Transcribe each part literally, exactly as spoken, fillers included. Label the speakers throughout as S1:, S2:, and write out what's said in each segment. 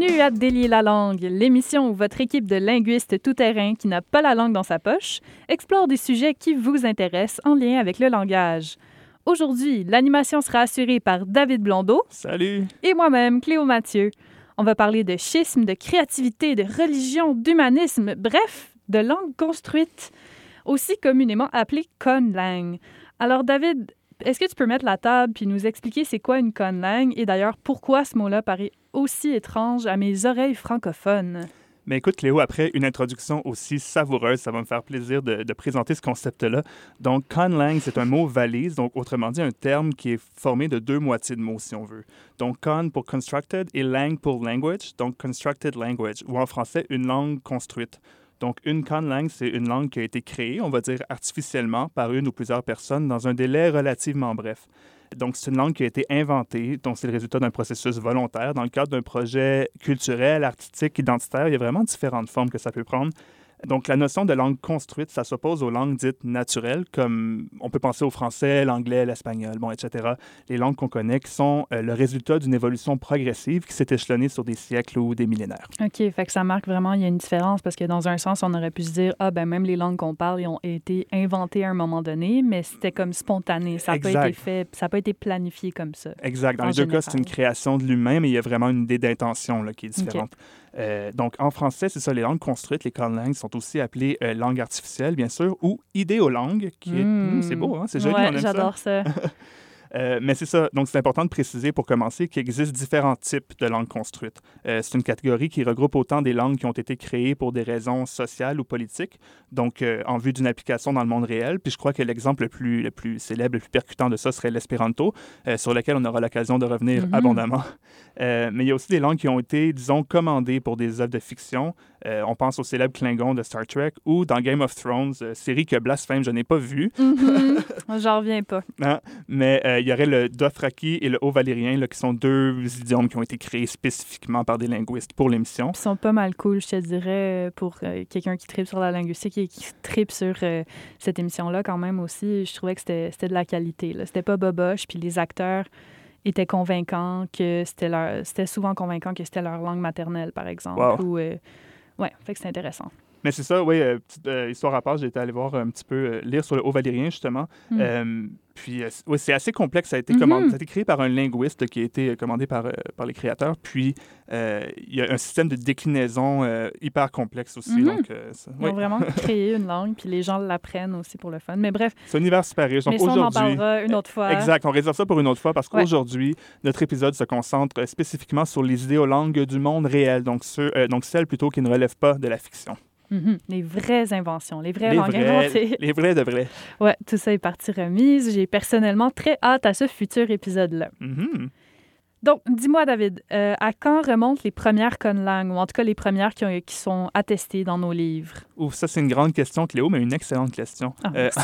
S1: Bienvenue à Délier la langue, l'émission où votre équipe de linguistes tout-terrain qui n'a pas la langue dans sa poche explore des sujets qui vous intéressent en lien avec le langage. Aujourd'hui, l'animation sera assurée par David Blondeau.
S2: Salut!
S1: Et moi-même, Cléo Mathieu. On va parler de schisme, de créativité, de religion, d'humanisme, bref, de langue construite, aussi communément appelée conlang. Alors David, est-ce que tu peux mettre la table puis nous expliquer c'est quoi une conlang et d'ailleurs pourquoi ce mot-là paraît aussi étrange à mes oreilles francophones?
S2: Mais écoute, Cléo, après une introduction aussi savoureuse, ça va me faire plaisir de, de présenter ce concept-là. Donc, conlang, c'est un mot valise, donc autrement dit, un terme qui est formé de deux moitiés de mots, si on veut. Donc, con pour constructed et lang pour language, donc constructed language, ou en français, une langue construite. Donc, une conlang, c'est une langue qui a été créée, on va dire artificiellement, par une ou plusieurs personnes dans un délai relativement bref. Donc, c'est une langue qui a été inventée, donc c'est le résultat d'un processus volontaire dans le cadre d'un projet culturel, artistique, identitaire. Il y a vraiment différentes formes que ça peut prendre. Donc, la notion de langue construite, ça s'oppose aux langues dites naturelles, comme on peut penser au français, l'anglais, l'espagnol, bon, et cetera. Les langues qu'on connaît qui sont euh, le résultat d'une évolution progressive qui s'est échelonnée sur des siècles ou des millénaires.
S1: OK, fait que ça marque vraiment, il y a une différence parce que dans un sens, on aurait pu se dire, ah, ben même les langues qu'on parle ils ont été inventées à un moment donné, mais c'était comme spontané. Ça n'a pas été fait, ça n'a pas été planifié comme ça.
S2: Exact. Dans les deux cas, c'est une création de l'humain, mais il y a vraiment une idée d'intention là, qui est différente. Okay. Euh, donc, en français, c'est ça, les langues construites, les conlangs, sont aussi appelées euh, langues artificielles, bien sûr, ou idéolangues, qui est... Mmh. Mmh, c'est beau, hein? C'est joli,
S1: ouais,
S2: on aime
S1: j'adore ça.
S2: ça. Euh, mais c'est ça. Donc, c'est important de préciser, pour commencer, qu'il existe différents types de langues construites. Euh, c'est une catégorie qui regroupe autant des langues qui ont été créées pour des raisons sociales ou politiques, donc euh, en vue d'une application dans le monde réel. Puis je crois que l'exemple le plus, le plus célèbre, le plus percutant de ça serait l'espéranto, euh, sur lequel on aura l'occasion de revenir mm-hmm. abondamment. Euh, mais il y a aussi des langues qui ont été, disons, commandées pour des œuvres de fiction. Euh, on pense au célèbre Klingon de Star Trek ou dans Game of Thrones, euh, série que blasphème, je n'ai pas vue.
S1: Mm-hmm. J'en reviens pas.
S2: Hein? Mais euh, il y aurait le dothraki et le haut-valérien, là, qui sont deux idiomes qui ont été créés spécifiquement par des linguistes pour l'émission.
S1: Ils sont pas mal cool, je te dirais, pour euh, quelqu'un qui tripe sur la linguistique et qui tripe sur euh, cette émission-là quand même aussi. Je trouvais que c'était, c'était de la qualité. Là. C'était pas boboche, puis les acteurs étaient convaincants que c'était leur... C'était souvent convaincant que c'était leur langue maternelle, par exemple.
S2: Wow.
S1: Ou, euh... ouais, fait que c'est intéressant.
S2: Mais c'est ça, oui, euh, petite euh, histoire à part, j'ai été allé voir un petit peu, euh, lire sur le haut-valérien, justement. Mm. Euh, puis, euh, oui, c'est assez complexe. Ça a été, mm-hmm. commandé, ça a été créé par un linguiste qui a été commandé par, euh, par les créateurs. Puis, euh, il y a un système de déclinaison euh, hyper complexe aussi.
S1: Mm-hmm.
S2: Donc, euh, ça,
S1: Ils
S2: oui.
S1: ont vraiment créé une langue, puis les gens l'apprennent aussi pour le fun. Mais bref.
S2: C'est un univers super riche. Donc,
S1: mais ça,
S2: aujourd'hui,
S1: on en parlera une autre fois.
S2: Exact. On réserve ça pour une autre fois parce qu'aujourd'hui, ouais. notre épisode se concentre spécifiquement sur les idéolangues du monde réel. Donc, ceux, euh, donc celles plutôt qui ne relèvent pas de la fiction.
S1: Mm-hmm. Les vraies inventions, les vraies
S2: les
S1: langues
S2: vrais,
S1: inventées.
S2: Les vrais de vrais.
S1: Ouais, tout ça est partie remise. J'ai personnellement très hâte à ce futur épisode-là.
S2: Mm-hmm.
S1: Donc, dis-moi, David, euh, à quand remontent les premières conlangues, ou en tout cas les premières qui, ont, qui sont attestées dans nos livres?
S2: Ouf, ça, c'est une grande question, Cléo, mais une excellente question.
S1: Ah,
S2: euh,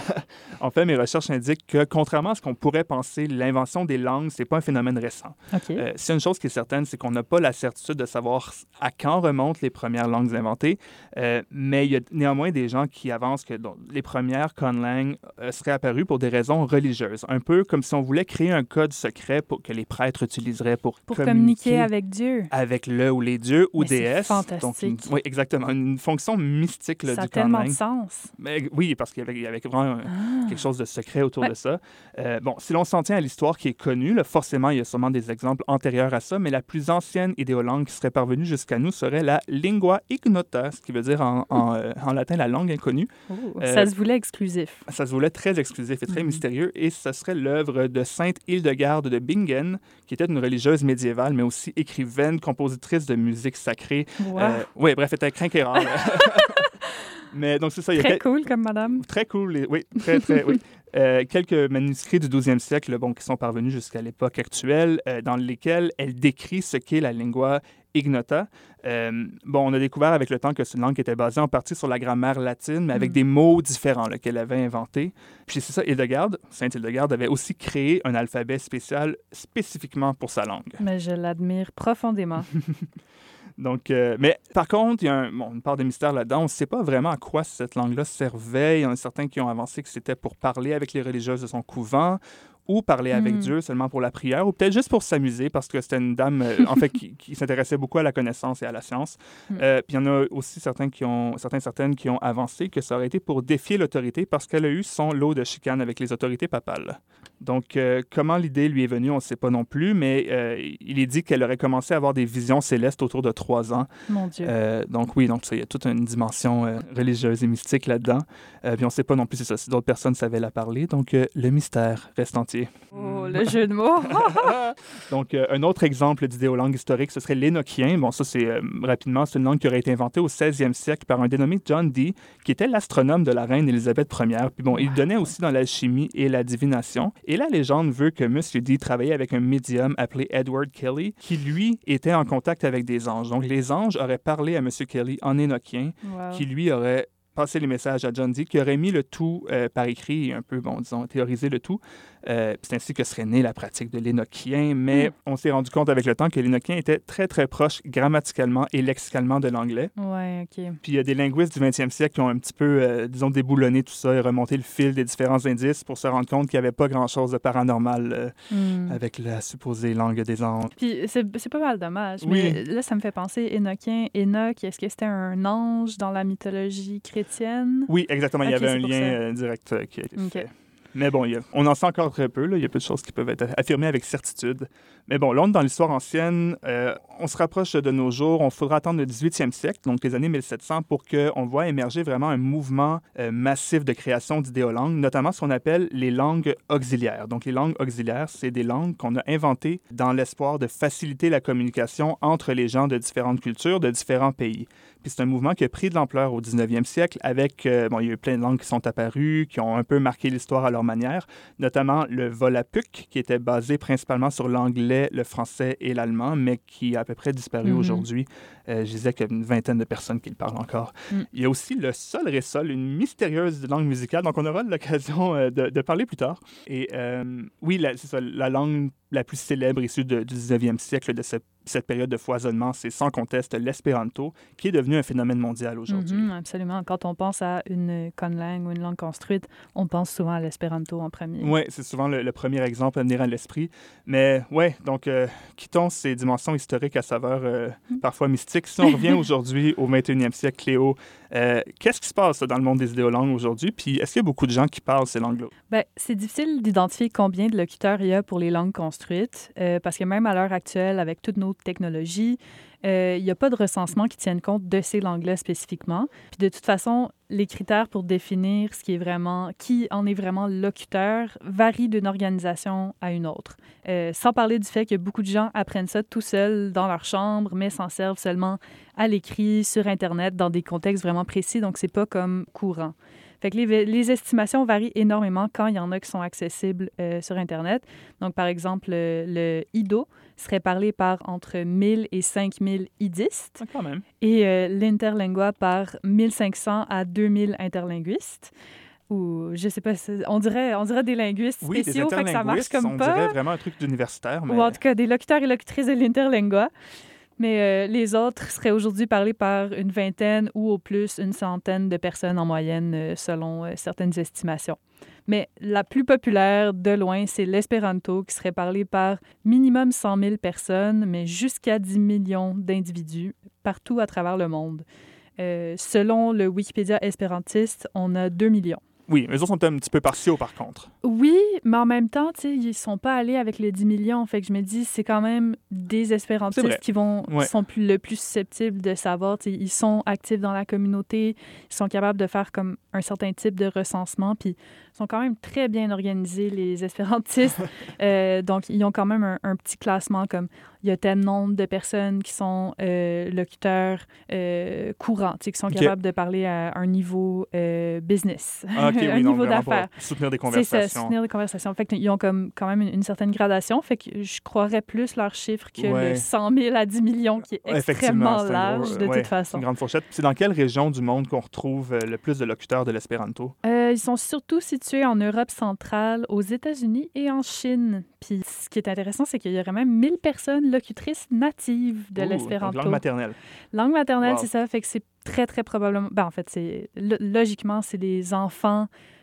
S2: en fait, mes recherches indiquent que, contrairement à ce qu'on pourrait penser, l'invention des langues, c'est pas un phénomène récent.
S1: Okay.
S2: Euh, c'est une chose qui est certaine, c'est qu'on n'a pas la certitude de savoir à quand remontent les premières langues inventées, euh, mais il y a néanmoins des gens qui avancent que donc, les premières conlangues euh, seraient apparues pour des raisons religieuses, un peu comme si on voulait créer un code secret pour que les prêtres utiliseraient pour,
S1: pour
S2: communiquer,
S1: communiquer avec Dieu.
S2: Avec le ou les dieux ou
S1: mais
S2: déesses.
S1: C'est fantastique.
S2: Donc, une, oui, exactement. Une fonction mystique là,
S1: ça
S2: du
S1: a tellement
S2: conlang.
S1: de sens.
S2: Mais, oui, parce qu'il y avait, il y avait vraiment
S1: ah.
S2: quelque chose de secret autour
S1: ouais.
S2: de ça. Euh, bon, si l'on s'en tient à l'histoire qui est connue, là, forcément, il y a sûrement des exemples antérieurs à ça, mais la plus ancienne idéolangue qui serait parvenue jusqu'à nous serait la lingua ignota, ce qui veut dire en, en, euh, en latin la langue inconnue.
S1: Oh, euh, ça se voulait exclusif.
S2: Ça se voulait très exclusif et très
S1: mm.
S2: mystérieux, et ce serait l'œuvre de Sainte Hildegarde de Bingen, qui était une religieuse médiévale, mais aussi écrivaine, compositrice de musique sacrée.
S1: Wow.
S2: Euh, oui, bref, elle était crinquérante. Mais donc, c'est ça. Il y a
S1: très
S2: quel...
S1: cool comme madame.
S2: Très cool, oui. Très, très, oui. Euh, quelques manuscrits du douzième siècle bon, qui sont parvenus jusqu'à l'époque actuelle, euh, dans lesquels elle décrit ce qu'est la lingua ignota. Euh, bon, on a découvert avec le temps que c'est une langue qui était basée en partie sur la grammaire latine, mais avec mm. des mots différents là, qu'elle avait inventés. Puis c'est ça, Hildegarde, Sainte Hildegarde, avait aussi créé un alphabet spécial spécifiquement pour sa langue.
S1: Mais je l'admire profondément.
S2: Donc, euh, mais par contre, il y a un, bon, une part de mystère là-dedans. On ne sait pas vraiment à quoi cette langue-là servait. Il y en a certains qui ont avancé que c'était pour parler avec les religieuses de son couvent ou parler avec
S1: Mm.
S2: Dieu seulement pour la prière, ou peut-être juste pour s'amuser, parce que c'était une dame, euh, en fait, qui, qui s'intéressait beaucoup à la connaissance et à la science.
S1: Mm.
S2: Euh, puis il y en a aussi certains qui ont, certains certaines qui ont avancé que ça aurait été pour défier l'autorité, parce qu'elle a eu son lot de chicanes avec les autorités papales. Donc, euh, comment l'idée lui est venue, on ne sait pas non plus, mais euh, il est dit qu'elle aurait commencé à avoir des visions célestes autour de trois ans.
S1: Mon Dieu.
S2: Euh, donc oui, donc il y a toute une dimension euh, religieuse et mystique là-dedans. Euh, puis on ne sait pas non plus c'est ça, si d'autres personnes savaient la parler. Donc euh, le mystère reste entier.
S1: Oh, le jeu de mots.
S2: Donc euh, un autre exemple d'idéolangue historique, ce serait l'énochien. Bon, ça c'est euh, rapidement, c'est une langue qui aurait été inventée au seizième siècle par un dénommé John Dee, qui était l'astronome de la reine Élisabeth première. Puis bon, il donnait aussi dans l'alchimie et la divination. Et la légende veut que M. Dee travaillait avec un médium appelé Edward Kelly, qui lui était en contact avec des anges. Donc les anges auraient parlé à M. Kelly en énochien,
S1: Wow.
S2: qui lui aurait passé les messages à John Dee, qui aurait mis le tout euh, par écrit et un peu, bon, disons, théorisé le tout. Euh, c'est ainsi que serait née la pratique de l'énochien, mais
S1: Mm.
S2: on s'est rendu compte avec le temps que l'énochien était très, très proche grammaticalement et lexicalement de l'anglais.
S1: Ouais, OK.
S2: Puis il y a des linguistes du vingtième siècle qui ont un petit peu, euh, disons, déboulonné tout ça et remonté le fil des différents indices pour se rendre compte qu'il n'y avait pas grand-chose de paranormal euh,
S1: Mm.
S2: avec la supposée langue des anges.
S1: Puis c'est c'est pas mal dommage.
S2: Oui.
S1: Mais là, ça me fait penser, Énochien, Enoch, est-ce que c'était un ange dans la mythologie chrétienne?
S2: Oui, exactement. Il y
S1: Ok,
S2: avait
S1: c'est
S2: un
S1: pour
S2: lien
S1: ça.
S2: euh, direct euh, qui a été
S1: Ok.
S2: fait. Mais bon, il y a- on en sait encore très peu. Là. Il y a peu de choses qui peuvent être affirmées avec certitude. Mais bon, là, on est dans l'histoire ancienne. Euh, on se rapproche de nos jours. On faudra attendre le dix-huitième siècle, donc les années mille sept cents, pour qu'on voit émerger vraiment un mouvement euh, massif de création d'idéolangues, notamment ce qu'on appelle les langues auxiliaires. Donc, les langues auxiliaires, c'est des langues qu'on a inventées dans l'espoir de faciliter la communication entre les gens de différentes cultures, de différents pays. Puis c'est un mouvement qui a pris de l'ampleur au dix-neuvième siècle avec, euh, bon, il y a eu plein de langues qui sont apparues, qui ont un peu marqué l'histoire à leur manière, notamment le volapük, qui était basé principalement sur l'anglais, le français et l'allemand, mais qui a à peu près disparu
S1: Mhm.
S2: aujourd'hui. Euh, je disais qu'il y a une vingtaine de personnes qui le parlent encore.
S1: Mm.
S2: Il y a aussi le sol résol, une mystérieuse langue musicale, donc on aura l'occasion euh, de, de parler plus tard. Et euh, oui, la- c'est ça, la langue la plus célèbre issue de- du dix-neuvième siècle, de ce- cette période de foisonnement, c'est sans conteste l'espéranto, qui est devenu un phénomène mondial aujourd'hui.
S1: Mhm, absolument. Quand on pense à une conlangue ou une langue construite, on pense souvent à l'espéranto en premier.
S2: Oui, c'est souvent le, le premier exemple à venir à l'esprit. Mais ouais, donc euh, quittons ces dimensions historiques à saveur euh, parfois mystique. Si on revient aujourd'hui au vingt et unième siècle, Cléo, euh, qu'est-ce qui se passe là, dans le monde des idéolangues aujourd'hui? Puis est-ce qu'il y a beaucoup de gens qui parlent ces langues-là?
S1: Ben, c'est difficile d'identifier combien de locuteurs il y a pour les langues construites, euh, parce que même à l'heure actuelle, avec toutes nos technologies, euh, il n'y a pas de recensement qui tienne compte de ces langues-là spécifiquement. Puis de toute façon, les critères pour définir ce qui est vraiment, qui en est vraiment locuteur varient d'une organisation à une autre. Euh, sans parler du fait que beaucoup de gens apprennent ça tout seuls dans leur chambre, mais s'en servent seulement à l'écrit, sur Internet, dans des contextes vraiment précis, donc c'est pas comme courant. Fait que les, les estimations varient énormément quand il y en a qui sont accessibles euh, sur Internet. Donc, par exemple, le, le Ido serait parlé par entre mille et cinq mille idistes
S2: Ah, quand même.
S1: et euh, l'interlingua par mille cinq cents à deux mille interlinguistes. Ou, je sais pas, c'est- on dirait, on dirait des linguistes
S2: Oui, des
S1: spéciaux, fait que ça marche
S2: interlinguistes,
S1: comme
S2: on
S1: pas.
S2: dirait vraiment un truc d'universitaire. Mais...
S1: Ou en tout cas, des locuteurs et locutrices de l'interlingua. Mais euh, les autres seraient aujourd'hui parlés par une vingtaine ou au plus une centaine de personnes en moyenne, euh, selon euh, certaines estimations. Mais la plus populaire, de loin, c'est l'espéranto, qui serait parlé par minimum cent mille personnes, mais jusqu'à dix millions d'individus partout à travers le monde. Euh, selon le Wikipédia espérantiste, on a deux millions.
S2: Oui, mais eux autres sont un petit peu partiaux, par contre.
S1: Oui, mais en même temps, tu sais, ils sont pas allés avec les dix millions. Fait que je me dis, c'est quand même des
S2: C'est vrai.
S1: espérantistes qui vont,
S2: Ouais.
S1: qui sont plus, le plus susceptibles de savoir. Tu sais, ils sont actifs dans la communauté, ils sont capables de faire comme un certain type de recensement, puis ils sont quand même très bien organisés, les espérantistes. Euh, donc, ils ont quand même un, un petit classement comme il y a tel nombre de personnes qui sont euh, locuteurs euh, courants, tu sais, qui sont
S2: Ok.
S1: capables de parler à un niveau euh, business,
S2: Ah, OK, oui,
S1: un
S2: donc
S1: niveau
S2: vraiment pour
S1: d'affaires.
S2: soutenir des
S1: C'est ça,
S2: conversations.
S1: soutenir des conversations. Fait qu'ils ont comme, quand même une, une certaine gradation. Fait que je croirais plus leur chiffre que
S2: Ouais.
S1: le cent mille à dix millions, qui est
S2: Ouais,
S1: extrêmement
S2: effectivement, c'est un
S1: large
S2: gros,
S1: de
S2: euh, ouais,
S1: toute façon.
S2: C'est une grande fourchette. C'est dans quelle région du monde qu'on retrouve euh, le plus de locuteurs de l'espéranto?
S1: Euh, ils sont surtout situés en Europe centrale, aux États-Unis et en Chine. Puis ce qui est intéressant, c'est qu'il y aurait même mille personnes locutrices natives de
S2: Ouh,
S1: l'espéranto.
S2: donc langue maternelle.
S1: Langue maternelle,
S2: Wow.
S1: c'est ça. Fait que c'est très, très probablement... Ben, en fait, c'est lo- logiquement, c'est les enfants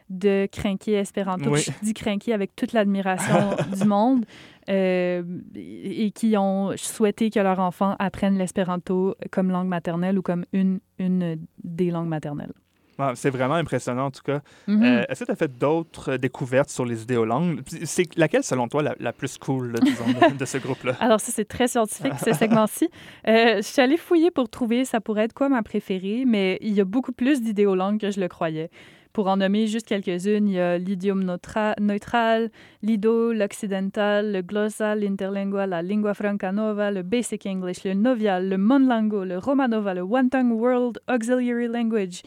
S1: de crinquer espéranto.
S2: Oui.
S1: Je dis crinquer avec toute l'admiration du monde euh, et qui ont souhaité que leur enfant apprenne l'espéranto comme langue maternelle ou comme une, une des langues maternelles.
S2: Ah, c'est vraiment impressionnant, en tout cas.
S1: Mm-hmm.
S2: Euh, est-ce que tu as fait d'autres découvertes sur les idéolangues? C'est laquelle, selon toi, la, la plus cool, là, disons, de, de ce groupe-là?
S1: Alors ça, c'est très scientifique, ce segment-ci. Euh, je suis allée fouiller pour trouver ça pourrait être quoi ma préférée, mais il y a beaucoup plus d'idéolangues que je le croyais. Pour en nommer juste quelques-unes, il y a l'idiome neutra- neutral, l'ido, l'occidental, le glossal, l'interlingual, la lingua franca nova, le basic English, le novial, le monlango, le romanova, le one tongue world auxiliary language,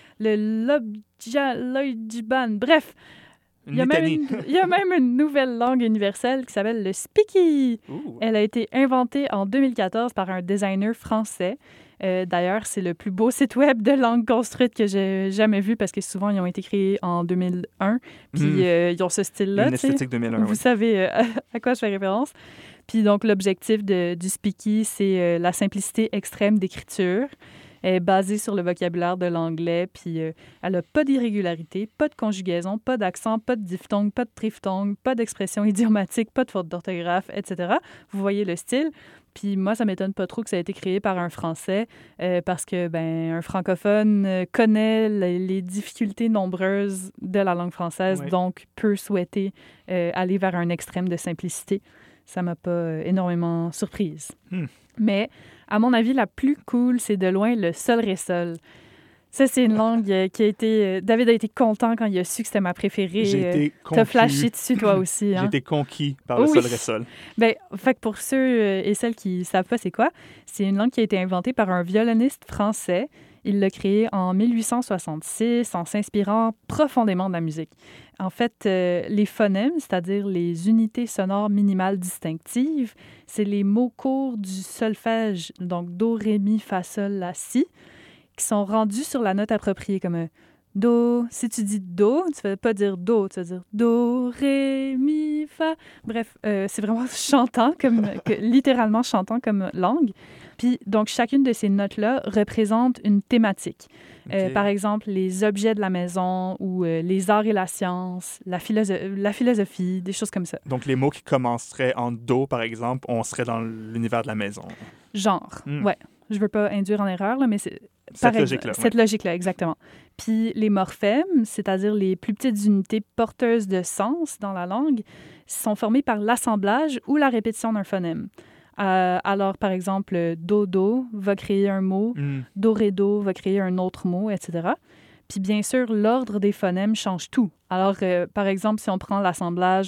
S1: le lobja, lojban, bref. Il y, a même une, il y a même une nouvelle langue universelle qui s'appelle le Speaky.
S2: Ooh.
S1: Elle a été inventée en deux mille quatorze par un designer français. Euh, d'ailleurs, c'est le plus beau site web de langue construite que j'ai jamais vu parce que souvent, ils ont été créés en deux mille un. Puis, mm. euh, ils ont ce style-là.
S2: Une esthétique deux mille un,
S1: Vous
S2: oui.
S1: savez euh, à quoi je fais référence. Puis, donc, l'objectif de, du Speaky, c'est euh, la simplicité extrême d'écriture. Elle est basée sur le vocabulaire de l'anglais, puis euh, elle n'a pas d'irrégularité, pas de conjugaison, pas d'accent, pas de diphtongue, pas de triphtongue, pas d'expression idiomatique, pas de faute d'orthographe, et cetera. Vous voyez le style. Puis moi, ça m'étonne pas trop que ça ait été créé par un Français euh, parce que ben un francophone euh, connaît les, les difficultés nombreuses de la langue française, oui. Donc peut souhaiter euh, aller vers un extrême de simplicité. Ça m'a pas euh, énormément surprise. Hmm. Mais à mon avis, la plus cool, c'est de loin le sol ré sol. Ça, c'est une langue euh, qui a été... Euh, David a été content quand il a su que c'était ma préférée.
S2: J'ai été conquis.
S1: T'as flashé dessus, toi aussi. Hein?
S2: J'ai été conquis par le
S1: oui.
S2: sol ré sol.
S1: Bien, fait que pour ceux euh, et celles qui ne savent pas c'est quoi, c'est une langue qui a été inventée par un violoniste français. Il l'a créée en mille huit cent soixante-six en s'inspirant profondément de la musique. En fait, euh, les phonèmes, c'est-à-dire les unités sonores minimales distinctives, c'est les mots courts du solfège, donc do, ré, mi, fa, sol, la, si, qui sont rendus sur la note appropriée, comme un do. Si tu dis do, tu ne vas pas dire do, tu vas dire do, ré, mi, fa. Bref, euh, c'est vraiment chantant, comme, que, littéralement chantant comme langue. Puis, donc, chacune de ces notes-là représente une thématique. Okay. Euh, par exemple, les objets de la maison ou euh, les arts et la science, la, philosoph- la philosophie, des choses comme ça.
S2: Donc, les mots qui commenceraient en do, par exemple, on serait dans l'univers de la maison.
S1: Genre, mm. ouais. Je ne veux pas induire en erreur, là, mais c'est...
S2: Cette logique-là.
S1: Cette
S2: ouais.
S1: logique-là, exactement. Puis les morphèmes, c'est-à-dire les plus petites unités porteuses de sens dans la langue, sont formées par l'assemblage ou la répétition d'un phonème. Euh, alors, par exemple, do-do va créer un mot, mm. do-ré-do va créer un autre mot, et cetera. Puis bien sûr, l'ordre des phonèmes change tout. Alors, euh, par exemple, si on prend l'assemblage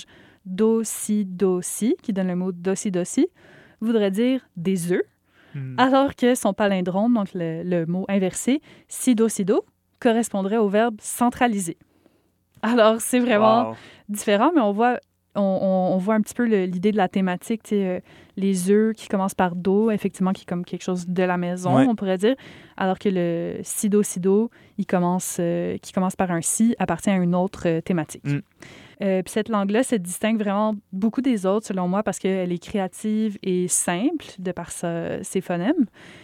S1: do-si-do-si, qui donne le mot do-si-do-si, voudrait dire des œufs, mm. alors que son palindrome, donc le, le mot inversé, si-do-si-do, correspondrait au verbe centraliser. Alors, c'est vraiment wow. différent, mais on voit... On, on, on voit un petit peu le, l'idée de la thématique, tu sais, euh, les œufs qui commencent par do, effectivement, qui est comme quelque chose de la maison, ouais. on pourrait dire, alors que le si-do-si-do, il commence, euh, qui commence par un si, appartient à une autre euh, thématique. Mm. Euh, puis cette langue-là se distingue vraiment beaucoup des autres, selon moi, parce qu'elle est créative et simple, de par sa, ses phonèmes.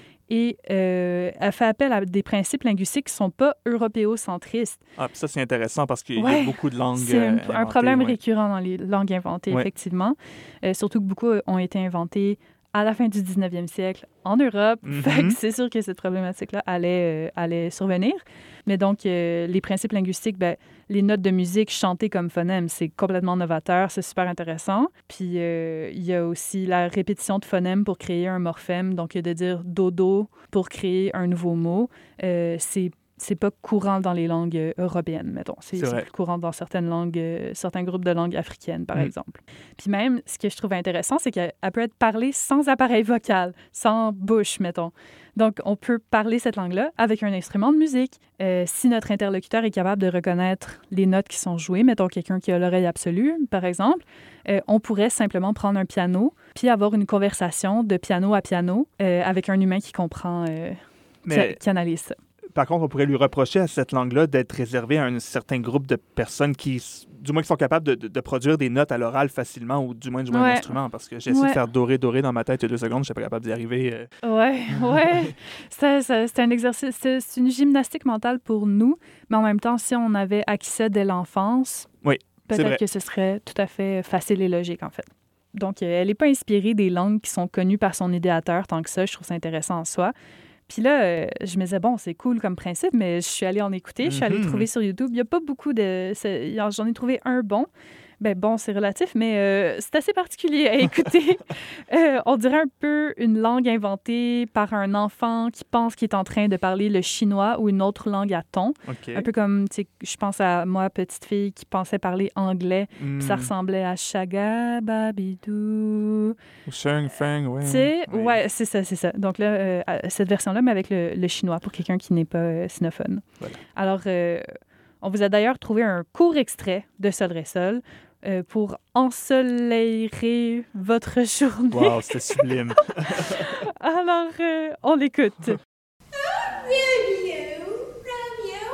S1: Et euh, elle fait appel à des principes linguistiques qui ne sont pas européocentristes.
S2: Ah, puis ça, c'est intéressant parce qu'il
S1: ouais,
S2: y a beaucoup de langues
S1: C'est un,
S2: inventées,
S1: un problème
S2: ouais.
S1: récurrent dans les langues inventées, ouais. effectivement. Euh, surtout que beaucoup ont été inventées à la fin du dix-neuvième siècle en Europe. Mm-hmm. Fait que c'est sûr que cette problématique-là allait, euh, allait survenir. Mais donc, euh, les principes linguistiques, ben, les notes de musique chantées comme phonèmes, c'est complètement novateur, c'est super intéressant. Puis, euh, il y a aussi la répétition de phonèmes pour créer un morphème. Donc, de dire « dodo » pour créer un nouveau mot, euh, c'est c'est pas courant dans les langues euh, européennes, mettons. C'est, c'est, c'est plus courant dans certaines langues, euh, certains groupes de langues africaines, par mm. exemple. Puis même, ce que je trouve intéressant, c'est qu'elle peut être parlée sans appareil vocal, sans bouche, mettons. Donc, on peut parler cette langue-là avec un instrument de musique. Euh, si notre interlocuteur est capable de reconnaître les notes qui sont jouées, mettons quelqu'un qui a l'oreille absolue, par exemple, euh, on pourrait simplement prendre un piano puis avoir une conversation de piano à piano euh, avec un humain qui comprend, euh,
S2: Mais...
S1: qui, qui analyse ça.
S2: Par contre, on pourrait lui reprocher à cette langue-là d'être réservée à un certain groupe de personnes qui du moins qui sont capables de, de, de produire des notes à l'oral facilement ou du moins de jouer
S1: Ouais.
S2: un instrument. Parce que j'ai essayé
S1: Ouais.
S2: de faire doré, doré dans ma tête il y a deux secondes, je n'étais pas capable d'y arriver. euh.
S1: Ouais, ouais. C'est, c'est, c'est un exercice, c'est, c'est une gymnastique mentale pour nous, mais en même temps, si on avait acquis ça dès l'enfance,
S2: Oui, c'est
S1: peut-être
S2: vrai.
S1: que ce serait tout à fait facile et logique, en fait. Donc, euh, elle n'est pas inspirée des langues qui sont connues par son idéateur tant que ça. Je trouve ça intéressant en soi. Puis là, euh, je me disais, bon, c'est cool comme principe, mais je suis allée en écouter, je suis allée
S2: Mhm.
S1: trouver sur YouTube. Il n'y a pas beaucoup de... c'est- il y en- J'en ai trouvé un bon. Ben bon, c'est relatif, mais euh, c'est assez particulier à écouter. Euh, on dirait un peu une langue inventée par un enfant qui pense qu'il est en train de parler le chinois ou une autre langue à ton.
S2: OK.
S1: Un peu comme, tu sais, je pense à moi, petite fille, qui pensait parler anglais,
S2: Mm.
S1: puis ça ressemblait à Chaga Babidou.
S2: Ou Sheng Feng, ouais.
S1: Tu sais,
S2: Oui.
S1: ouais, c'est ça, c'est ça. Donc là, euh, euh, cette version-là, mais avec le, le chinois pour quelqu'un qui n'est pas euh, sinophone.
S2: Voilà.
S1: Alors, euh, on vous a d'ailleurs trouvé un court extrait de Sol Ré Sol euh, pour ensoleiller votre journée.
S2: Wow, c'était sublime.
S1: Alors, euh, on l'écoute.
S3: Romeo, Romeo,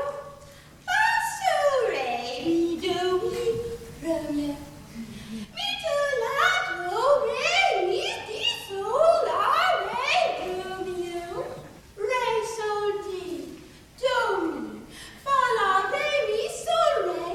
S3: passore, mi do mi, Romeo. Mi do la do re, mi di sol la re, Romeo. Re sol di, do mi, fa la re mi sol re.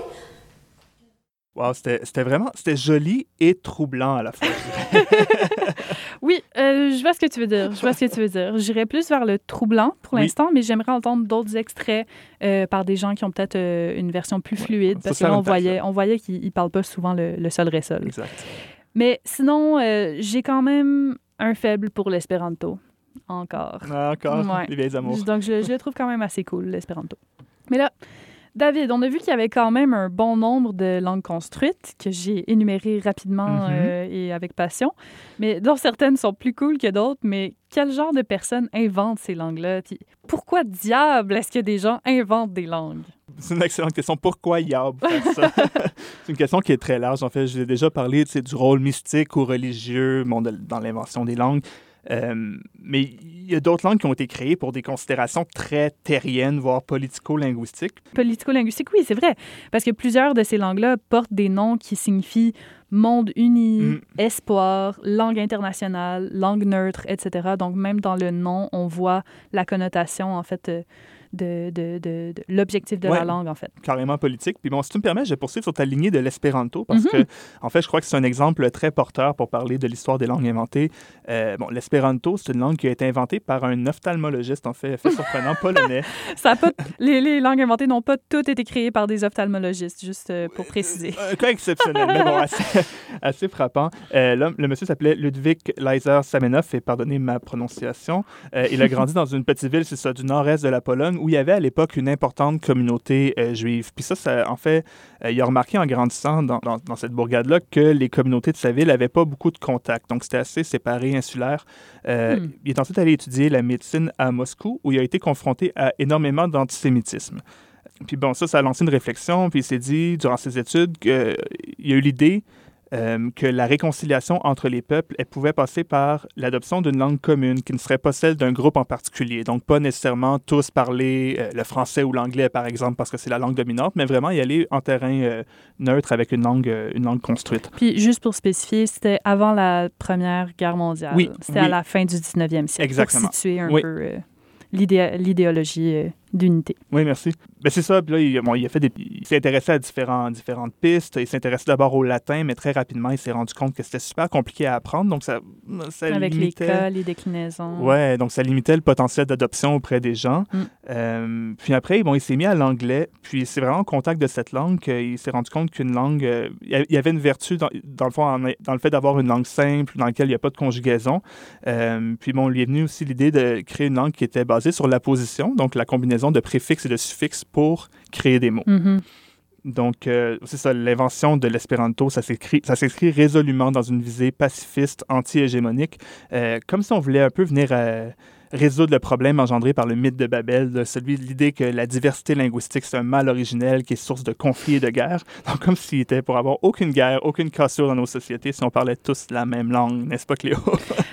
S2: Wow, c'était c'était vraiment c'était joli et troublant à la fois. je dirais.
S1: Oui, euh, je vois ce que tu veux dire. Je vois ce que tu veux dire. J'irais plus vers le troublant pour
S2: Oui.
S1: l'instant, mais j'aimerais entendre d'autres extraits euh, par des gens qui ont peut-être euh, une version plus fluide,
S2: Faut
S1: parce
S2: se
S1: que
S2: faire
S1: là, on
S2: une place,
S1: voyait, on voyait qu'ils ne parlent pas souvent le, le sol ré sol.
S2: Exact.
S1: Mais sinon, euh, j'ai quand même un faible pour l'espéranto. Encore.
S2: Ah, encore,
S1: Ouais.
S2: les vieilles amours.
S1: Donc, je, je le trouve quand même assez cool, l'espéranto. Mais là, David, on a vu qu'il y avait quand même un bon nombre de langues construites que j'ai énumérées rapidement
S2: Mhm.
S1: euh, et avec passion, mais dont certaines sont plus cool que d'autres. Mais quel genre de personnes inventent ces langues-là? Puis pourquoi diable est-ce que des gens inventent des langues?
S2: C'est une excellente question. Pourquoi Yab faire ça? C'est une question qui est très large. En fait, j'ai déjà parlé tu sais, du rôle mystique ou religieux bon, de- dans l'invention des langues. Euh, mais il y a d'autres langues qui ont été créées pour des considérations très terriennes, voire politico-linguistiques.
S1: Politico-linguistique, oui, c'est vrai. Parce que plusieurs de ces langues-là portent des noms qui signifient monde uni,
S2: Mm.
S1: espoir, langue internationale, langue neutre, et cetera. Donc, même dans le nom, on voit la connotation, en fait, euh, de, de, de, de l'objectif de
S2: Ouais.
S1: la langue, en fait.
S2: Carrément politique. Puis bon, si tu me permets, je vais poursuivre sur ta lignée de l'espéranto parce
S1: Mhm.
S2: que, en fait, je crois que c'est un exemple très porteur pour parler de l'histoire des langues inventées. Euh, bon, l'espéranto, c'est une langue qui a été inventée par un ophtalmologiste, en fait, fait surprenant, polonais.
S1: Ça a pas, les, les langues inventées n'ont pas toutes été créées par des ophtalmologistes, juste euh, pour préciser.
S2: Un cas exceptionnel, mais bon, assez, assez frappant. Euh, l'homme- le monsieur s'appelait Ludwig Leiser Samenov, et pardonnez ma prononciation. Euh, il a grandi dans une petite ville, c'est ça, du nord-est de la Pologne, où il y avait à l'époque une importante communauté euh, juive. Puis ça, ça, en fait, euh, il a remarqué en grandissant dans, dans, dans cette bourgade-là que les communautés de sa ville n'avaient pas beaucoup de contacts. Donc, c'était assez séparé, insulaire. Euh,
S1: Hmm.
S2: Il est ensuite allé étudier la médecine à Moscou, où il a été confronté à énormément d'antisémitisme. Puis bon, ça, ça a lancé une réflexion, puis il s'est dit, durant ses études, qu'il y a eu l'idée euh, que la réconciliation entre les peuples, elle pouvait passer par l'adoption d'une langue commune qui ne serait pas celle d'un groupe en particulier. Donc, pas nécessairement tous parler euh, le français ou l'anglais, par exemple, parce que c'est la langue dominante, mais vraiment y aller en terrain euh, neutre avec une langue, euh, une langue construite.
S1: Puis, juste pour spécifier, c'était avant la Première Guerre mondiale.
S2: Oui,
S1: C'était
S2: oui.
S1: à la fin du dix-neuvième siècle.
S2: Exactement.
S1: Pour situer un
S2: Oui.
S1: peu euh, l'idé- l'idéologie euh, d'unité.
S2: Oui, merci. Ben, c'est ça. Puis là, il, bon, il a fait des, il s'est intéressé à différents, différentes pistes. Il s'est intéressé d'abord au latin, mais très rapidement, il s'est rendu compte que c'était super compliqué à apprendre. Donc, ça, ça
S1: Avec les
S2: limitait...
S1: cas, les déclinaisons.
S2: Ouais, donc ça limitait le potentiel d'adoption auprès des gens.
S1: Mm.
S2: Euh, puis après, bon, il s'est mis à l'anglais. Puis c'est vraiment au contact de cette langue qu'il s'est rendu compte qu'une langue... euh, il y avait une vertu, dans, dans le fond, en- dans le fait d'avoir une langue simple, dans laquelle il n'y a pas de conjugaison. Euh, puis bon, il est venu aussi l'idée de créer une langue qui était basée sur l'apposition, donc la combinaison de préfixes et de suffixes pour créer des mots.
S1: Mhm.
S2: Donc, euh, c'est ça, l'invention de l'espéranto, ça s'écrit, ça s'écrit résolument dans une visée pacifiste, anti-hégémonique, euh, comme si on voulait un peu venir euh, résoudre le problème engendré par le mythe de Babel, de celui de l'idée que la diversité linguistique, c'est un mal originel qui est source de conflits et de guerres. Donc, comme s'il était pour avoir aucune guerre, aucune cassure dans nos sociétés si on parlait tous la même langue, n'est-ce pas, Cléo?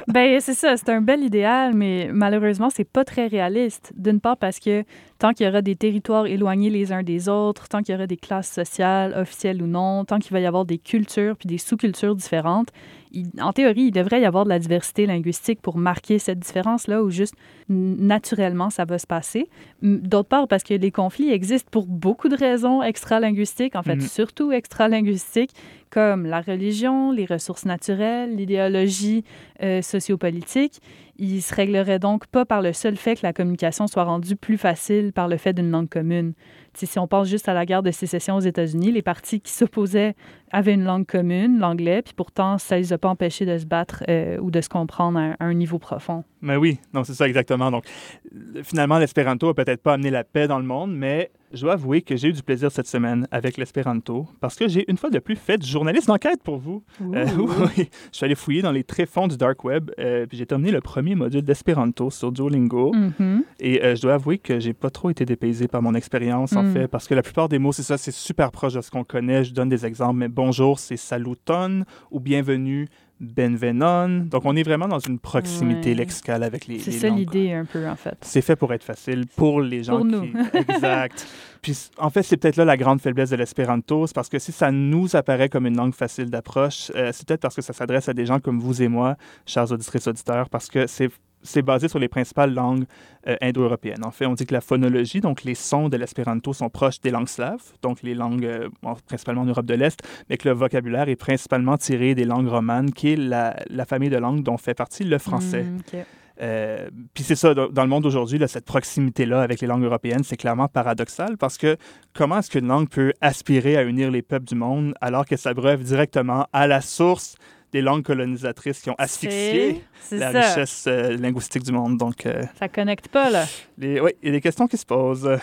S1: Ben c'est ça, c'est un bel idéal, mais malheureusement, c'est pas très réaliste. D'une part parce que tant qu'il y aura des territoires éloignés les uns des autres, tant qu'il y aura des classes sociales, officielles ou non, tant qu'il va y avoir des cultures puis des sous-cultures différentes, il, en théorie, il devrait y avoir de la diversité linguistique pour marquer cette différence-là, ou juste naturellement, ça va se passer. D'autre part, parce que les conflits existent pour beaucoup de raisons extra-linguistiques, en fait, mm-hmm. surtout extra-linguistiques, comme la religion, les ressources naturelles, l'idéologie euh, sociopolitique. Il ne se réglerait donc pas par le seul fait que la communication soit rendue plus facile par le fait d'une langue commune. T'sais, si on pense juste à la guerre de sécession aux États-Unis, les partis qui s'opposaient avaient une langue commune, l'anglais, puis pourtant, ça ne les a pas empêchés de se battre euh, ou de se comprendre à, à un niveau profond.
S2: Mais oui, non, c'est ça exactement. Donc, finalement, l'espéranto n'a peut-être pas amené la paix dans le monde, mais je dois avouer que j'ai eu du plaisir cette semaine avec l'espéranto parce que j'ai une fois de plus fait du journalisme d'enquête pour vous. Euh, oui, je suis allé fouiller dans les tréfonds du dark web, euh, puis j'ai terminé le premier module d'espéranto sur Duolingo. Mm-hmm. Et euh, je dois avouer que j'ai pas trop été dépaysé par mon expérience, en mm. fait, parce que la plupart des mots, c'est ça, c'est super proche de ce qu'on connaît. Je donne des exemples, mais bonjour, c'est saluton, ou bienvenue, benvenon. Donc, on est vraiment dans une proximité ouais. lexicale avec les,
S1: c'est
S2: les
S1: ça
S2: langues.
S1: L'idée, un peu, en fait.
S2: C'est fait pour être facile pour les gens
S1: pour
S2: qui...
S1: nous.
S2: Exact. Puis, en fait, c'est peut-être là la grande faiblesse de l'espéranto, c'est parce que si ça nous apparaît comme une langue facile d'approche, euh, c'est peut-être parce que ça s'adresse à des gens comme vous et moi, chers auditrices auditeurs, parce que c'est c'est basé sur les principales langues euh, indo-européennes. En fait, on dit que la phonologie, donc les sons de l'espéranto, sont proches des langues slaves, donc les langues euh, bon, principalement en Europe de l'Est, mais que le vocabulaire est principalement tiré des langues romanes, qui est la, la famille de langues dont fait partie le français.
S1: Mmh, okay.
S2: Euh, puis c'est ça, dans le monde d'aujourd'hui, là, cette proximité-là avec les langues européennes, c'est clairement paradoxal parce que comment est-ce qu'une langue peut aspirer à unir les peuples du monde alors que ça breuve directement à la source des langues colonisatrices qui ont asphyxié
S1: c'est, c'est
S2: la
S1: ça.
S2: richesse euh, linguistique du monde. Donc, euh,
S1: ça connecte pas, là.
S2: Les, oui, il y a des questions qui se posent.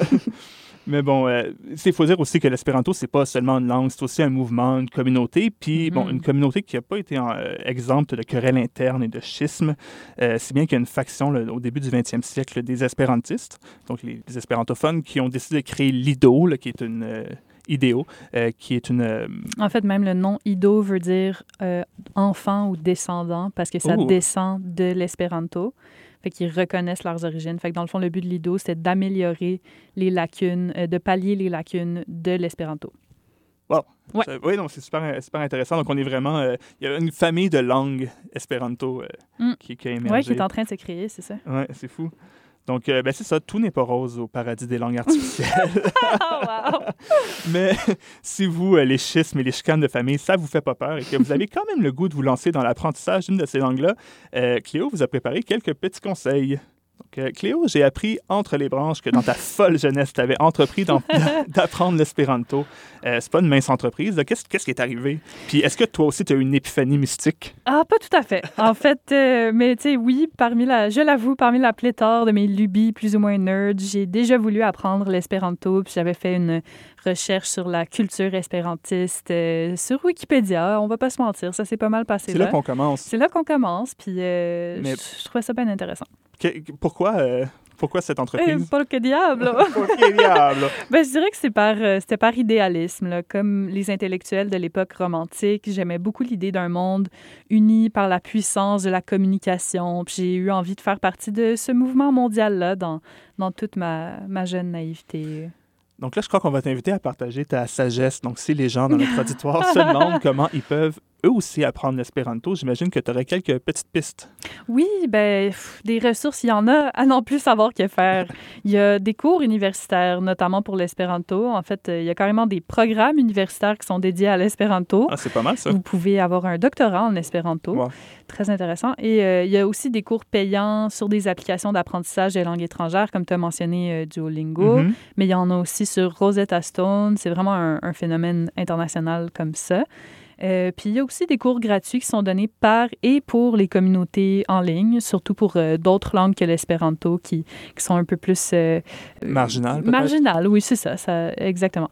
S2: Mais bon, euh, il faut dire aussi que l'espéranto, c'est pas seulement une langue, c'est aussi un mouvement, une communauté. Puis, mm-hmm. bon, une communauté qui n'a pas été euh, exempte de querelles internes et de schismes, euh, si bien qu'il y a une faction là, au début du vingtième siècle des espérantistes, donc les, les espérantophones, qui ont décidé de créer l'Ido, là, qui est une... Euh, idéo, euh, qui est une... Euh...
S1: En fait, même le nom Ido veut dire euh, enfant ou descendant, parce que ça Ooh. descend de l'espéranto. Fait qu'ils reconnaissent leurs origines. Fait que dans le fond, le but de l'Ido, c'était d'améliorer les lacunes, euh, de pallier les lacunes de l'espéranto.
S2: Wow!
S1: Ouais.
S2: Ça, oui, donc c'est super, super intéressant. Donc, on est vraiment... Il euh, y a une famille de langues espéranto euh, mm. qui, qui a émergé.
S1: Oui, qui est en train de se créer, c'est ça.
S2: Oui, c'est fou. Donc, euh, ben c'est ça, tout n'est pas rose au paradis des langues artificielles.
S1: Oh, wow!
S2: Mais si vous, euh, les schismes et les chicanes de famille, ça vous fait pas peur et que vous avez quand même le goût de vous lancer dans l'apprentissage d'une de ces langues-là, euh, Cléo vous a préparé quelques petits conseils. Donc, euh, Cléo, j'ai appris entre les branches que dans ta folle jeunesse, tu avais entrepris d'apprendre l'espéranto. Euh, c'est pas une mince entreprise. Qu'est-ce, qu'est-ce qui est arrivé? Puis, est-ce que toi aussi, tu as eu une épiphanie mystique?
S1: Ah, pas tout à fait. En fait, euh, mais tu sais, oui, parmi la, je l'avoue, parmi la pléthore de mes lubies plus ou moins nerds, j'ai déjà voulu apprendre l'espéranto. Puis, j'avais fait une recherche sur la culture espérantiste euh, sur Wikipédia. On va pas se mentir, ça s'est pas mal passé.
S2: C'est là, là qu'on commence.
S1: C'est là qu'on commence. Puis, euh, mais... je, je trouvais ça bien intéressant.
S2: Que, pourquoi, euh, pourquoi cette entreprise?
S1: Eh, pour que diable!
S2: Pour que diable!
S1: Ben, je dirais que c'est par, euh, c'était par idéalisme. Là. Comme les intellectuels de l'époque romantique, j'aimais beaucoup l'idée d'un monde uni par la puissance de la communication. Puis j'ai eu envie de faire partie de ce mouvement mondial-là dans, dans toute ma, ma jeune naïveté.
S2: Donc là, je crois qu'on va t'inviter à partager ta sagesse. Donc, si les gens dans notre auditoire se demandent comment ils peuvent eux aussi apprendre l'espéranto, j'imagine que tu aurais quelques petites pistes.
S1: Oui, ben des ressources, il y en a à non plus savoir que faire. Il y a des cours universitaires, notamment pour l'espéranto. En fait, il y a carrément des programmes universitaires qui sont dédiés à l'espéranto.
S2: Ah, c'est pas mal, ça.
S1: Vous pouvez avoir un doctorat en espéranto. Wow. Très intéressant. Et euh, il y a aussi des cours payants sur des applications d'apprentissage des langues étrangères, comme tu as mentionné euh, Duolingo. Mm-hmm. Mais il y en a aussi sur Rosetta Stone. C'est vraiment un, un phénomène international comme ça. Euh, puis il y a aussi des cours gratuits qui sont donnés par et pour les communautés en ligne, surtout pour euh, d'autres langues que l'espéranto qui, qui sont un peu plus... Euh,
S2: marginales, peut-être?
S1: Marginales, oui, c'est ça, ça exactement. Fait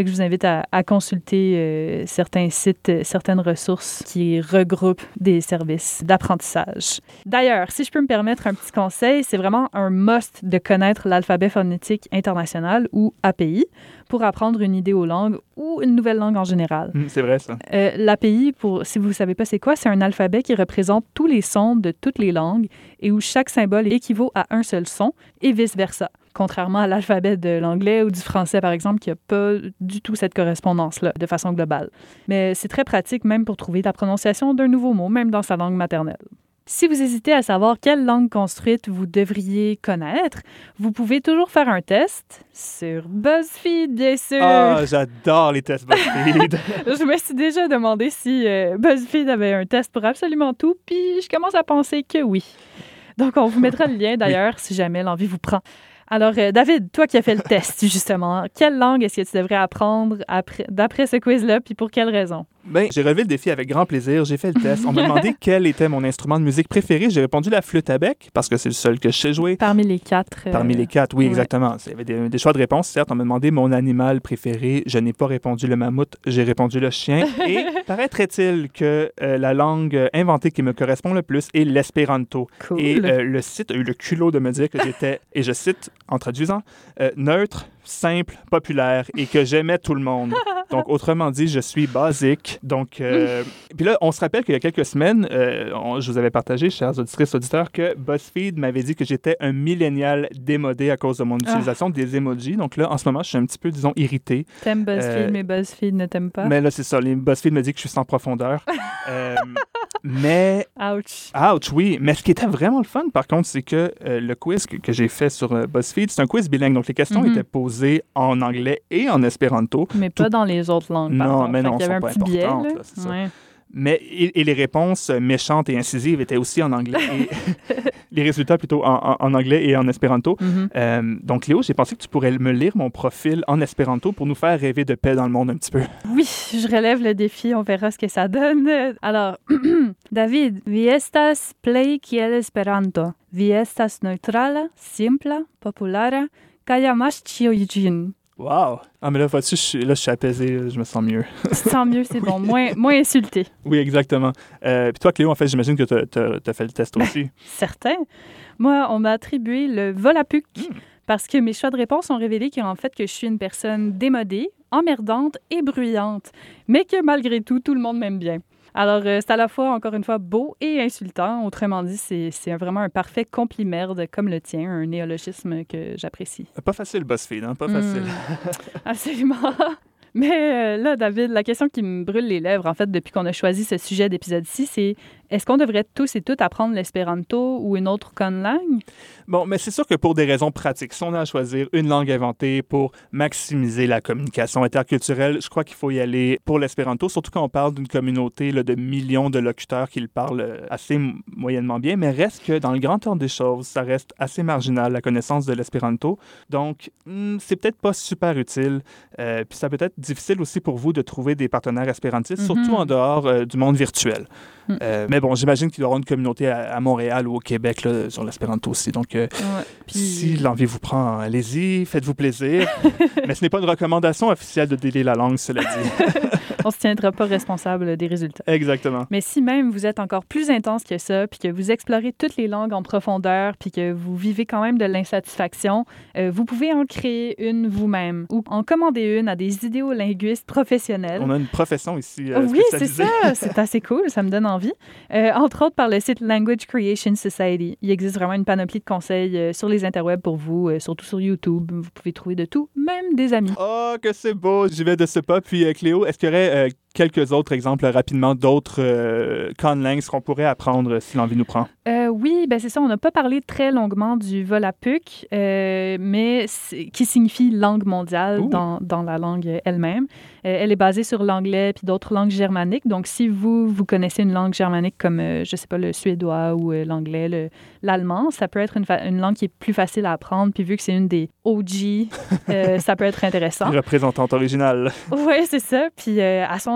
S1: Fait que je vous invite à, à consulter euh, certains sites, euh, certaines ressources qui regroupent des services d'apprentissage. D'ailleurs, si je peux me permettre un petit conseil, c'est vraiment un must de connaître l'alphabet phonétique international ou A P I pour apprendre une idée aux langues ou une nouvelle langue en général.
S2: Mmh, c'est vrai, ça.
S1: Euh, L'A P I, pour, si vous ne savez pas c'est quoi, c'est un alphabet qui représente tous les sons de toutes les langues et où chaque symbole équivaut à un seul son et vice-versa. Contrairement à l'alphabet de l'anglais ou du français, par exemple, qui n'a pas du tout cette correspondance-là de façon globale. Mais c'est très pratique même pour trouver la prononciation d'un nouveau mot, même dans sa langue maternelle. Si vous hésitez à savoir quelle langue construite vous devriez connaître, vous pouvez toujours faire un test sur BuzzFeed, bien sûr.
S2: Ah, j'adore les tests BuzzFeed.
S1: Je me suis déjà demandé si euh, BuzzFeed avait un test pour absolument tout, puis je commence à penser que oui. Donc, on vous mettra le lien d'ailleurs si jamais l'envie vous prend. Alors, euh, David, toi qui as fait le test, justement, quelle langue est-ce que tu devrais apprendre après, d'après ce quiz-là, puis pour quelle raison?
S2: Bien, j'ai relevé le défi avec grand plaisir. J'ai fait le test. On m'a demandé quel était mon instrument de musique préféré. J'ai répondu la flûte à bec parce que c'est le seul que je sais jouer.
S1: Parmi les quatre. Euh...
S2: Parmi les quatre, oui,
S1: ouais.
S2: exactement. Il y avait des, des choix de réponse, certes. On m'a demandé mon animal préféré. Je n'ai pas répondu le mammouth. J'ai répondu le chien. Et paraîtrait-il que euh, la langue inventée qui me correspond le plus est l'espéranto.
S1: Cool.
S2: Et euh, le site a eu le culot de me dire que j'étais, et je cite en traduisant, euh, neutre, simple, populaire et que j'aimais tout le monde. Donc, autrement dit, je suis basique. Donc, euh, puis là, on se rappelle qu'il y a quelques semaines, euh, on, je vous avais partagé, chers auditrices, auditeurs, que BuzzFeed m'avait dit que j'étais un millénial démodé à cause de mon utilisation ah. des emojis. Donc là, en ce moment, je suis un petit peu, disons, irrité.
S1: T'aimes BuzzFeed, euh, mais BuzzFeed ne t'aime pas.
S2: Mais là, c'est ça. Les BuzzFeed me dit que je suis sans profondeur. euh, mais...
S1: Ouch.
S2: Ouch, oui. Mais ce qui était vraiment le fun, par contre, c'est que euh, le quiz que, que j'ai fait sur euh, BuzzFeed, c'est un quiz bilingue. Donc, les questions mm-hmm. étaient posées en anglais et en espéranto.
S1: Mais
S2: Tout...
S1: pas dans les autres langues, par
S2: Non,
S1: contre.
S2: mais non,
S1: il y avait un
S2: pas
S1: petit biais, là.
S2: là, c'est ça.
S1: Ouais.
S2: Mais, et, et les réponses méchantes et incisives étaient aussi en anglais. Et les résultats plutôt en, en, en anglais et en espéranto.
S1: Mm-hmm.
S2: Euh, donc, Léo, j'ai pensé que tu pourrais me lire mon profil en espéranto pour nous faire rêver de paix dans le monde un petit peu.
S1: Oui, je relève le défi. On verra ce que ça donne. Alors, David, vi estas plej kiel Esperanto. Vi estas neutrala, simpla, populara, kaj amas ĉiuj ĝin.
S2: Wow! Ah, mais là, vois-tu, je suis, là, je suis apaisé, je me sens mieux.
S1: Tu te sens mieux, c'est bon. Moins, moins insulté.
S2: Oui, exactement. Euh, puis toi, Cléo, en fait, j'imagine que tu as fait le test aussi.
S1: Ben, certain. Moi, on m'a attribué le Volapuc mm. parce que mes choix de réponse ont révélé qu'en fait, que je suis une personne démodée, emmerdante et bruyante, mais que malgré tout, tout le monde m'aime bien. Alors, euh, c'est à la fois, encore une fois, beau et insultant. Autrement dit, c'est, c'est vraiment un parfait complimerde comme le tien, un néologisme que j'apprécie.
S2: Pas facile, BuzzFeed, hein? Pas facile.
S1: Mmh, absolument. Mais euh, là, David, la question qui me brûle les lèvres, en fait, depuis qu'on a choisi ce sujet d'épisode-ci, c'est est-ce qu'on devrait tous et toutes apprendre l'espéranto ou une autre conlangue?
S2: Bon, mais c'est sûr que pour des raisons pratiques, si on a à choisir une langue inventée pour maximiser la communication interculturelle, je crois qu'il faut y aller pour l'espéranto, surtout quand on parle d'une communauté là, de millions de locuteurs qui le parlent assez moyennement bien, mais reste que dans le grand ordre des choses, ça reste assez marginal, la connaissance de l'espéranto. Donc, hmm, c'est peut-être pas super utile. Euh, puis ça peut être difficile aussi pour vous de trouver des partenaires espérantistes, mm-hmm. surtout en dehors euh, du monde virtuel. Mm. Euh, mais bon, j'imagine qu'il doit y avoir une communauté à, à Montréal ou au Québec là, sur l'espéranto aussi. Donc, euh, ouais, puis... si l'envie vous prend, allez-y, faites-vous plaisir. Mais ce n'est pas une recommandation officielle de délier la langue, cela dit.
S1: On ne se tiendra pas responsable des résultats.
S2: Exactement.
S1: Mais si même vous êtes encore plus intense que ça, puis que vous explorez toutes les langues en profondeur, puis que vous vivez quand même de l'insatisfaction, euh, vous pouvez en créer une vous-même ou en commander une à des idéolinguistes professionnels.
S2: On a une profession ici euh,
S1: Oui, c'est ça. C'est assez cool. Ça me donne envie. Euh, entre autres par le site Language Creation Society. Il existe vraiment une panoplie de conseils euh, sur les interwebs pour vous, euh, surtout sur YouTube. Vous pouvez trouver de tout, même des amis.
S2: Oh, que c'est beau! J'y vais de ce pas. Puis, euh, Cléo, est-ce qu'il y aurait euh, quelques autres exemples rapidement d'autres euh, conlangues qu'on pourrait apprendre si l'envie nous prend?
S1: Euh, oui, ben c'est ça. On n'a pas parlé très longuement du Volapuc, euh, mais qui signifie langue mondiale dans, dans la langue elle-même. Euh, elle est basée sur l'anglais puis d'autres langues germaniques. Donc, si vous, vous connaissez une langue germanique comme, euh, je sais pas, le suédois ou euh, l'anglais, le, l'allemand, ça peut être une, fa- une langue qui est plus facile à apprendre. Puis vu que c'est une des O G, euh, ça peut être intéressant.
S2: Représentante originale.
S1: Oui, c'est ça. Puis euh, à son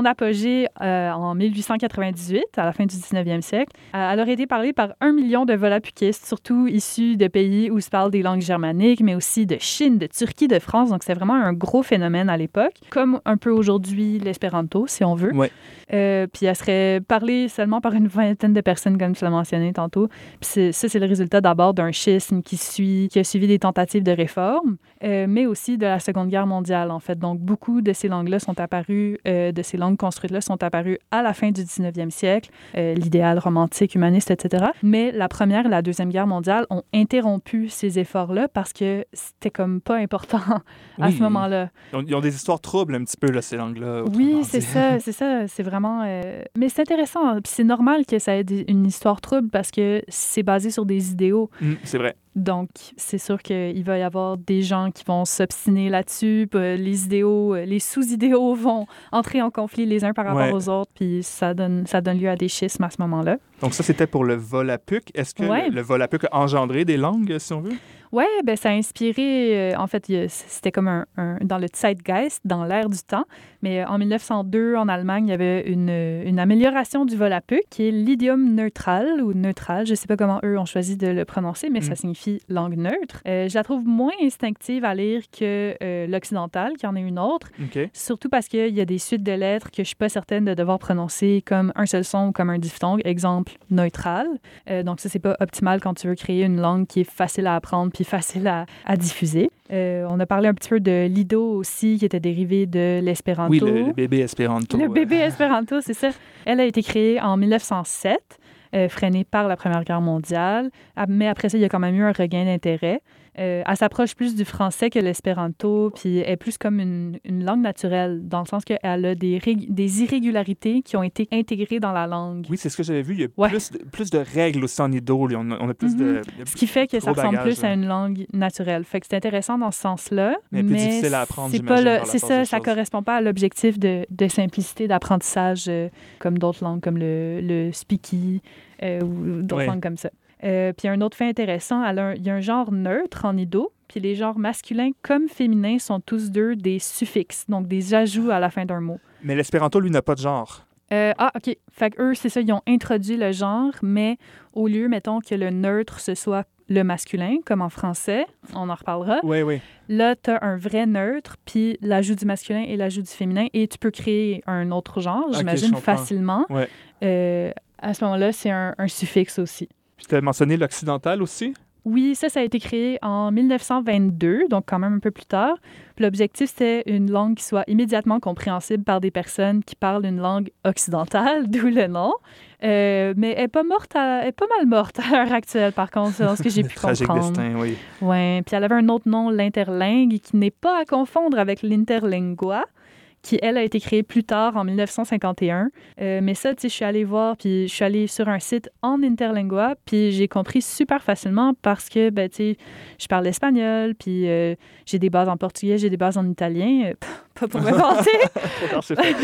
S1: son apogée euh, en mille huit cent quatre-vingt-dix-huit, à la fin du dix-neuvième siècle. Euh, elle aurait été parlée par un million de volapukistes, surtout issus de pays où se parlent des langues germaniques, mais aussi de Chine, de Turquie, de France. Donc, c'est vraiment un gros phénomène à l'époque, comme un peu aujourd'hui l'espéranto, si on veut.
S2: Ouais.
S1: Euh, puis elle serait parlée seulement par une vingtaine de personnes, comme tu l'as mentionné tantôt. Puis c'est, ça, c'est le résultat d'abord d'un schisme qui, suit, qui a suivi des tentatives de réforme, euh, mais aussi de la Seconde Guerre mondiale, en fait. Donc, beaucoup de ces langues-là sont apparues, euh, de ces langues construites-là sont apparues à la fin du dix-neuvième siècle, euh, l'idéal romantique, humaniste, et cetera. Mais la Première et la Deuxième Guerre mondiale ont interrompu ces efforts-là parce que c'était comme pas important à
S2: Oui.
S1: ce moment-là.
S2: Ils ont, ils ont des histoires troubles un petit peu, là, ces langues-là.
S1: Oui,
S2: autrement
S1: c'est
S2: dit.
S1: ça, c'est ça. C'est vraiment... euh, Mais c'est intéressant. Puis c'est normal que ça ait des- une histoire trouble parce que c'est basé sur des idéaux.
S2: Mm, c'est vrai.
S1: Donc, c'est sûr qu'il va y avoir des gens qui vont s'obstiner là-dessus. Puis, euh, les idéaux, euh, les sous-idéaux vont entrer en conflit les uns par rapport
S2: Ouais.
S1: aux autres. Puis ça donne, ça donne lieu à des schismes à ce moment-là.
S2: Donc ça, c'était pour le Volapük. Est-ce que
S1: Ouais.
S2: le, le Volapük a engendré des langues, si on veut?
S1: Oui, ben ça a inspiré, euh, en fait, il y a- c'était comme un, un- dans le Zeitgeist, dans l'air du temps. Mais euh, en mille neuf cent deux, en Allemagne, il y avait une, une amélioration du Volapük, qui est l'idiome neutral ou neutral. Je ne sais pas comment eux ont choisi de le prononcer, mais
S2: Mm.
S1: ça signifie langue neutre. Euh, je la trouve moins instinctive à lire que euh, l'occidental, qui en est une autre.
S2: OK.
S1: Surtout parce qu'il y a des suites de lettres que je suis pas certaine de devoir prononcer comme un seul son ou comme un diphtongue. Exemple, neutral. Euh, donc ça, c'est pas optimal quand tu veux créer une langue qui est facile à apprendre puis facile à, à diffuser. Euh, on a parlé un petit peu de l'ido aussi, qui était dérivé de l'espéranto.
S2: Oui, le, le bébé espéranto.
S1: Le
S2: euh,
S1: bébé espéranto, c'est ça. Elle a été créée en mille neuf cent sept, euh, freinée par la Première Guerre mondiale. Ah, Mais après ça, il y a quand même eu un regain d'intérêt. Euh, elle s'approche plus du français que l'espéranto, puis elle est plus comme une, une langue naturelle, dans le sens qu'elle a des, rég- des irrégularités qui ont été intégrées dans la langue.
S2: Oui, c'est ce que j'avais vu. Il y a
S1: Ouais.
S2: plus, de, plus de règles aussi en ido. là. On a, on a plus
S1: Mhm.
S2: de...
S1: Ce qui fait que ça
S2: Trop
S1: ressemble
S2: bagage,
S1: plus à
S2: là.
S1: une langue naturelle. Fait que c'est intéressant dans ce sens-là.
S2: Mais plus difficile à apprendre,
S1: c'est pas
S2: j'imagine,
S1: le-
S2: par la
S1: C'est
S2: force
S1: ça,
S2: des
S1: ça
S2: choses.
S1: correspond pas à l'objectif de, de simplicité d'apprentissage euh, comme d'autres langues, comme le, le speaky euh, ou d'autres
S2: Ouais.
S1: langues comme ça. Euh, puis un autre fait intéressant, elle a un- il y a un genre neutre en ido, puis les genres masculins comme féminins sont tous deux des suffixes, donc des ajouts à la fin d'un mot.
S2: Mais l'espéranto, lui, n'a pas de genre.
S1: Euh, ah, OK. Fait que eux, c'est ça, ils ont introduit le genre, mais au lieu, mettons, que le neutre, ce soit le masculin, comme en français, on en reparlera.
S2: Oui, oui.
S1: Là, tu as un vrai neutre, puis l'ajout du masculin et l'ajout du féminin, et tu peux créer un autre genre,
S2: Ok,
S1: j'imagine,
S2: je comprends.
S1: facilement.
S2: Ouais.
S1: Euh, à ce moment-là, c'est un, un suffixe aussi.
S2: Puis tu as mentionné l'occidental aussi.
S1: Oui, ça, ça a été créé en mille neuf cent vingt-deux, donc quand même un peu plus tard. Puis l'objectif, c'était une langue qui soit immédiatement compréhensible par des personnes qui parlent une langue occidentale, d'où le nom. Euh, mais elle est pas morte, à- elle est pas mal morte à l'heure actuelle, par contre, selon ce que j'ai pu
S2: Tragique
S1: comprendre.
S2: destin, oui.
S1: Ouais. Puis elle avait un autre nom, l'interlingue, qui n'est pas à confondre avec l'interlingua, qui, elle, a été créée plus tard, en mille neuf cent cinquante et un. Euh, mais ça, tu sais, je suis allée voir, puis je suis allée sur un site en interlingua, puis j'ai compris super facilement parce que, ben, tu sais, je parle espagnol, puis euh, j'ai des bases en portugais, j'ai des bases en italien. Euh, pas pour me vanter.
S2: Alors, c'est fait.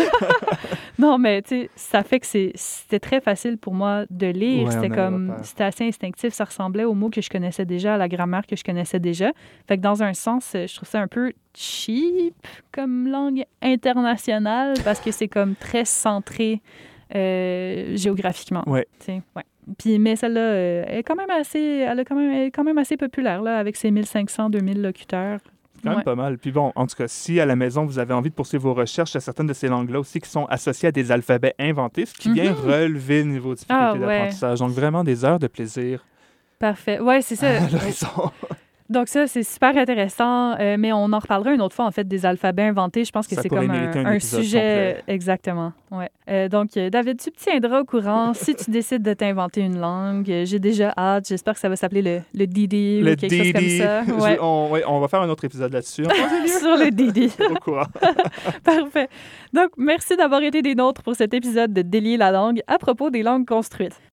S1: Non, mais tu sais, ça fait que c'est- c'était très facile pour moi de lire.
S2: Ouais,
S1: c'était
S2: on a
S1: comme,
S2: le repère.
S1: c'était assez instinctif. Ça ressemblait aux mots que je connaissais déjà, à la grammaire que je connaissais déjà. Fait que dans un sens, euh, je trouve ça un peu cheap comme langue internationale parce que c'est comme très centré euh, géographiquement.
S2: Ouais.
S1: Tu sais, ouais. Puis, mais celle-là, euh, elle est quand même assez, elle est quand même, elle est quand même assez populaire là, avec ses mille cinq cents, deux mille locuteurs.
S2: Quand même
S1: Ouais.
S2: pas mal. Puis bon, en tout cas, si à la maison, vous avez envie de poursuivre vos recherches, il y a certaines de ces langues-là aussi qui sont associées à des alphabets inventés, ce qui vient
S1: Mhm.
S2: relever le niveau de difficulté
S1: Ah, ouais.
S2: d'apprentissage. Donc, vraiment des heures de plaisir
S1: Parfait. Ouais, c'est ça.
S2: à l'horizon.
S1: Donc ça, c'est super intéressant, euh, mais on en reparlera une autre fois, en fait, des alphabets inventés. Je pense que
S2: Ça
S1: c'est
S2: pourrait
S1: comme un,
S2: mériter un
S1: un
S2: épisode
S1: sujet...
S2: complet.
S1: Exactement, ouais. Euh, donc, euh, David, tu me tiendras au courant si tu décides de t'inventer une langue. Euh, J'ai déjà hâte. J'espère que ça va s'appeler le, le Didi
S2: Le
S1: ou quelque chose
S2: Didi.
S1: comme ça.
S2: Je-
S1: Ouais.
S2: on, ouais, on va faire un autre épisode là-dessus.
S1: Sur le Didi.
S2: Au courant.
S1: Parfait. Donc, merci d'avoir été des nôtres pour cet épisode de Délier la langue à propos des langues construites.